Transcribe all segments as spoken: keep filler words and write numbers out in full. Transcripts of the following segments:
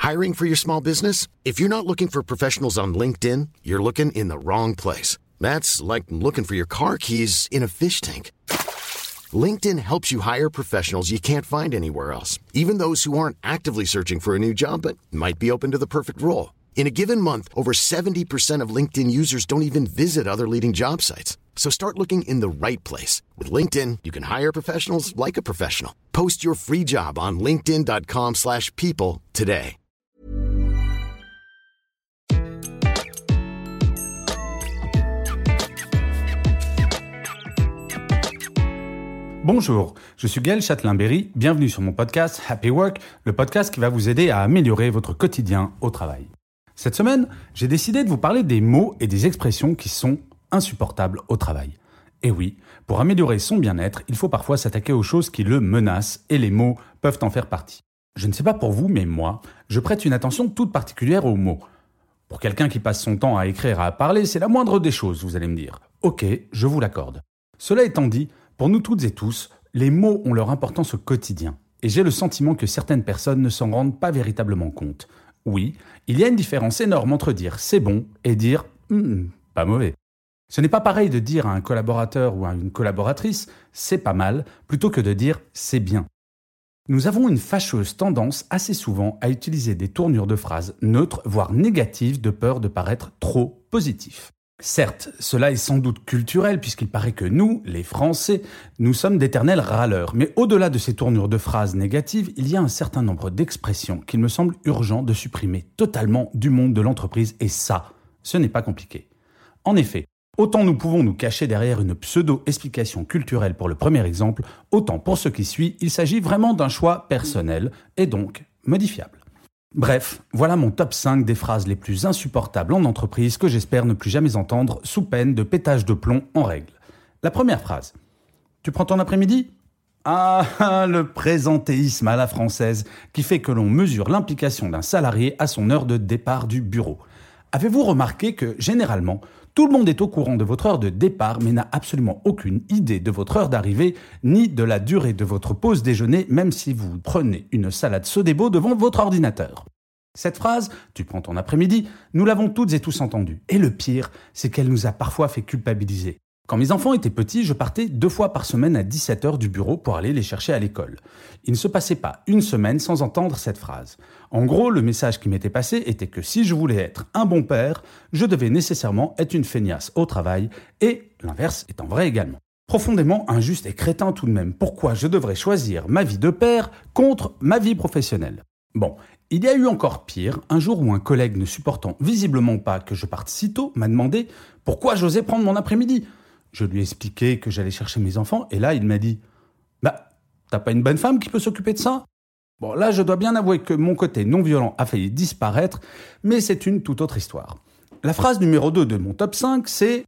Hiring for your small business? If you're not looking for professionals on LinkedIn, you're looking in the wrong place. That's like looking for your car keys in a fish tank. LinkedIn helps you hire professionals you can't find anywhere else, even those who aren't actively searching for a new job but might be open to the perfect role. In a given month, over seventy percent of LinkedIn users don't even visit other leading job sites. So start looking in the right place. With LinkedIn, you can hire professionals like a professional. Post your free job on linkedin.com slash people today. Bonjour, je suis Gaël Châtelain-Berry, bienvenue sur mon podcast Happy Work, le podcast qui va vous aider à améliorer votre quotidien au travail. Cette semaine, j'ai décidé de vous parler des mots et des expressions qui sont insupportables au travail. Et oui, pour améliorer son bien-être, il faut parfois s'attaquer aux choses qui le menacent et les mots peuvent en faire partie. Je ne sais pas pour vous, mais moi, je prête une attention toute particulière aux mots. Pour quelqu'un qui passe son temps à écrire, à parler, c'est la moindre des choses, vous allez me dire. Ok, je vous l'accorde. Cela étant dit, pour nous toutes et tous, les mots ont leur importance au quotidien. Et j'ai le sentiment que certaines personnes ne s'en rendent pas véritablement compte. Oui, il y a une différence énorme entre dire « c'est bon » et dire hm, « pas mauvais ». Ce n'est pas pareil de dire à un collaborateur ou à une collaboratrice « c'est pas mal » plutôt que de dire « c'est bien ». Nous avons une fâcheuse tendance assez souvent à utiliser des tournures de phrases neutres, voire négatives, de peur de paraître trop positif. Certes, cela est sans doute culturel puisqu'il paraît que nous, les Français, nous sommes d'éternels râleurs. Mais au-delà de ces tournures de phrases négatives, il y a un certain nombre d'expressions qu'il me semble urgent de supprimer totalement du monde de l'entreprise et ça, ce n'est pas compliqué. En effet, autant nous pouvons nous cacher derrière une pseudo-explication culturelle pour le premier exemple, autant pour ce qui suit, il s'agit vraiment d'un choix personnel et donc modifiable. Bref, voilà mon top cinq des phrases les plus insupportables en entreprise que j'espère ne plus jamais entendre sous peine de pétage de plomb en règle. La première phrase. Tu prends ton après-midi ? Ah, le présentéisme à la française qui fait que l'on mesure l'implication d'un salarié à son heure de départ du bureau. Avez-vous remarqué que, généralement, tout le monde est au courant de votre heure de départ mais n'a absolument aucune idée de votre heure d'arrivée ni de la durée de votre pause déjeuner même si vous prenez une salade Sodebo devant votre ordinateur. Cette phrase, tu prends ton après-midi, nous l'avons toutes et tous entendue. Et le pire, c'est qu'elle nous a parfois fait culpabiliser. Quand mes enfants étaient petits, je partais deux fois par semaine à dix-sept heures du bureau pour aller les chercher à l'école. Il ne se passait pas une semaine sans entendre cette phrase. En gros, le message qui m'était passé était que si je voulais être un bon père, je devais nécessairement être une feignasse au travail, et l'inverse étant vrai également. Profondément injuste et crétin tout de même. Pourquoi je devrais choisir ma vie de père contre ma vie professionnelle ? Bon, il y a eu encore pire, un jour où un collègue ne supportant visiblement pas que je parte si tôt m'a demandé pourquoi j'osais prendre mon après-midi. Je lui ai expliqué que j'allais chercher mes enfants et là il m'a dit « Bah, t'as pas une bonne femme qui peut s'occuper de ça ?» Bon, là je dois bien avouer que mon côté non violent a failli disparaître, mais c'est une toute autre histoire. La phrase numéro deux de mon top cinq, c'est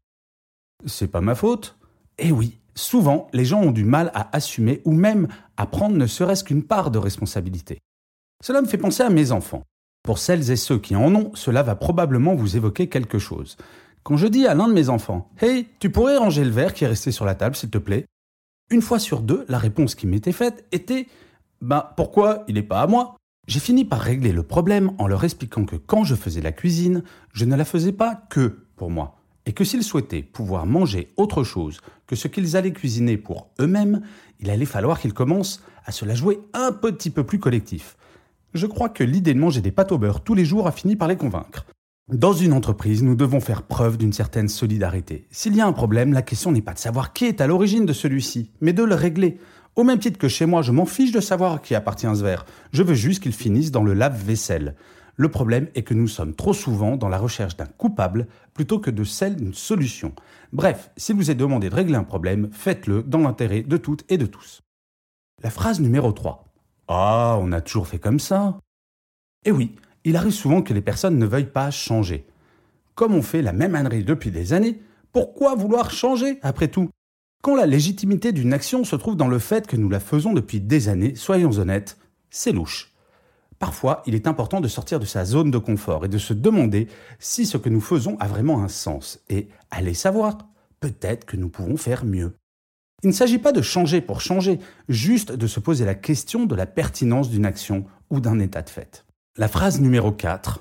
« C'est pas ma faute ?» Eh oui, souvent les gens ont du mal à assumer ou même à prendre ne serait-ce qu'une part de responsabilité. Cela me fait penser à mes enfants. Pour celles et ceux qui en ont, cela va probablement vous évoquer quelque chose. Quand je dis à l'un de mes enfants « Hey, tu pourrais ranger le verre qui est resté sur la table, s'il te plaît ?» Une fois sur deux, la réponse qui m'était faite était « Bah, pourquoi il n'est pas à moi ?» J'ai fini par régler le problème en leur expliquant que quand je faisais la cuisine, je ne la faisais pas que pour moi. Et que s'ils souhaitaient pouvoir manger autre chose que ce qu'ils allaient cuisiner pour eux-mêmes, il allait falloir qu'ils commencent à se la jouer un petit peu plus collectif. Je crois que l'idée de manger des pâtes au beurre tous les jours a fini par les convaincre. Dans une entreprise, nous devons faire preuve d'une certaine solidarité. S'il y a un problème, la question n'est pas de savoir qui est à l'origine de celui-ci, mais de le régler. Au même titre que chez moi, je m'en fiche de savoir à qui appartient ce verre. Je veux juste qu'il finisse dans le lave-vaisselle. Le problème est que nous sommes trop souvent dans la recherche d'un coupable plutôt que de celle d'une solution. Bref, s'il vous est demandé de régler un problème, faites-le dans l'intérêt de toutes et de tous. La phrase numéro trois. Ah, on a toujours fait comme ça. Eh oui, il arrive souvent que les personnes ne veuillent pas changer. Comme on fait la même ânerie depuis des années, pourquoi vouloir changer après tout ? Quand la légitimité d'une action se trouve dans le fait que nous la faisons depuis des années, soyons honnêtes, c'est louche. Parfois, il est important de sortir de sa zone de confort et de se demander si ce que nous faisons a vraiment un sens. Et allez savoir, peut-être que nous pouvons faire mieux. Il ne s'agit pas de changer pour changer, juste de se poser la question de la pertinence d'une action ou d'un état de fait. La phrase numéro quatre.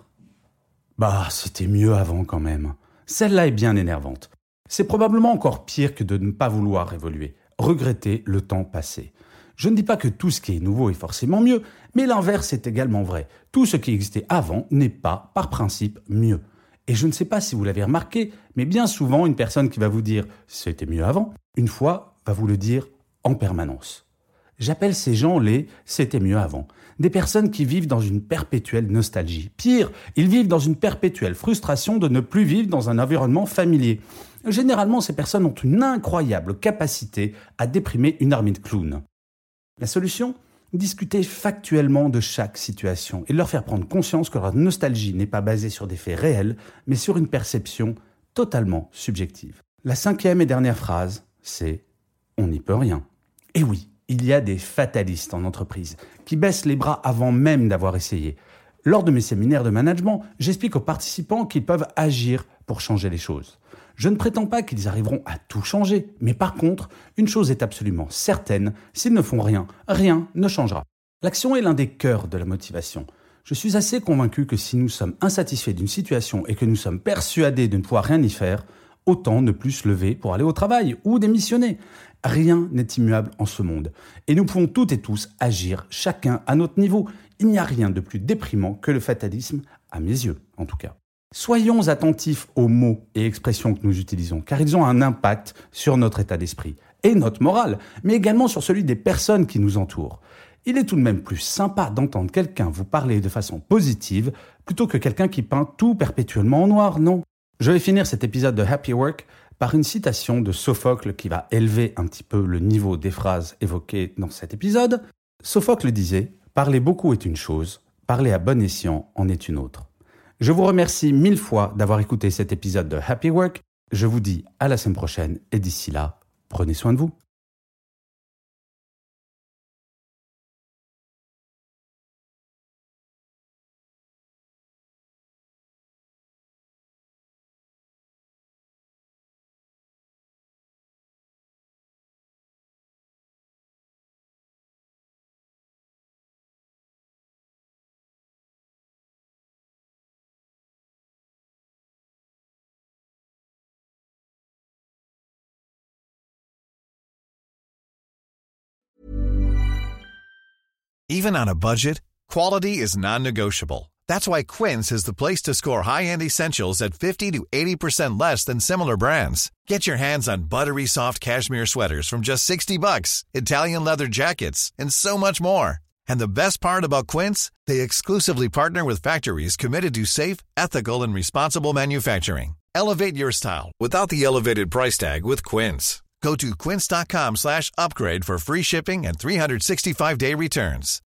Bah, c'était mieux avant quand même. Celle-là est bien énervante. C'est probablement encore pire que de ne pas vouloir évoluer, regretter le temps passé. Je ne dis pas que tout ce qui est nouveau est forcément mieux, mais l'inverse est également vrai. Tout ce qui existait avant n'est pas, par principe, mieux. Et je ne sais pas si vous l'avez remarqué, mais bien souvent, une personne qui va vous dire « c'était mieux avant », une fois, va vous le dire en permanence. J'appelle ces gens les « c'était mieux avant ». Des personnes qui vivent dans une perpétuelle nostalgie. Pire, ils vivent dans une perpétuelle frustration de ne plus vivre dans un environnement familier. Généralement, ces personnes ont une incroyable capacité à déprimer une armée de clowns. La solution ? Discuter factuellement de chaque situation et leur faire prendre conscience que leur nostalgie n'est pas basée sur des faits réels, mais sur une perception totalement subjective. La cinquième et dernière phrase, c'est « on n'y peut rien ». Et oui, il y a des fatalistes en entreprise qui baissent les bras avant même d'avoir essayé. Lors de mes séminaires de management, j'explique aux participants qu'ils peuvent agir pour changer les choses. Je ne prétends pas qu'ils arriveront à tout changer, mais par contre, une chose est absolument certaine, s'ils ne font rien, rien ne changera. L'action est l'un des cœurs de la motivation. Je suis assez convaincu que si nous sommes insatisfaits d'une situation et que nous sommes persuadés de ne pouvoir rien y faire, autant ne plus se lever pour aller au travail ou démissionner. Rien n'est immuable en ce monde. Et nous pouvons toutes et tous agir, chacun à notre niveau. Il n'y a rien de plus déprimant que le fatalisme, à mes yeux en tout cas. Soyons attentifs aux mots et expressions que nous utilisons, car ils ont un impact sur notre état d'esprit et notre morale, mais également sur celui des personnes qui nous entourent. Il est tout de même plus sympa d'entendre quelqu'un vous parler de façon positive plutôt que quelqu'un qui peint tout perpétuellement en noir, non ? Je vais finir cet épisode de Happy Work par une citation de Sophocle qui va élever un petit peu le niveau des phrases évoquées dans cet épisode. Sophocle disait « Parler beaucoup est une chose, parler à bon escient en est une autre ». Je vous remercie mille fois d'avoir écouté cet épisode de Happy Work. Je vous dis à la semaine prochaine et d'ici là, prenez soin de vous. Even on a budget, quality is non-negotiable. That's why Quince is the place to score high-end essentials at fifty to eighty percent less than similar brands. Get your hands on buttery soft cashmere sweaters from just sixty bucks, Italian leather jackets, and so much more. And the best part about Quince, they exclusively partner with factories committed to safe, ethical, and responsible manufacturing. Elevate your style without the elevated price tag with Quince. Go to quince.com slash upgrade for free shipping and three sixty-five day returns.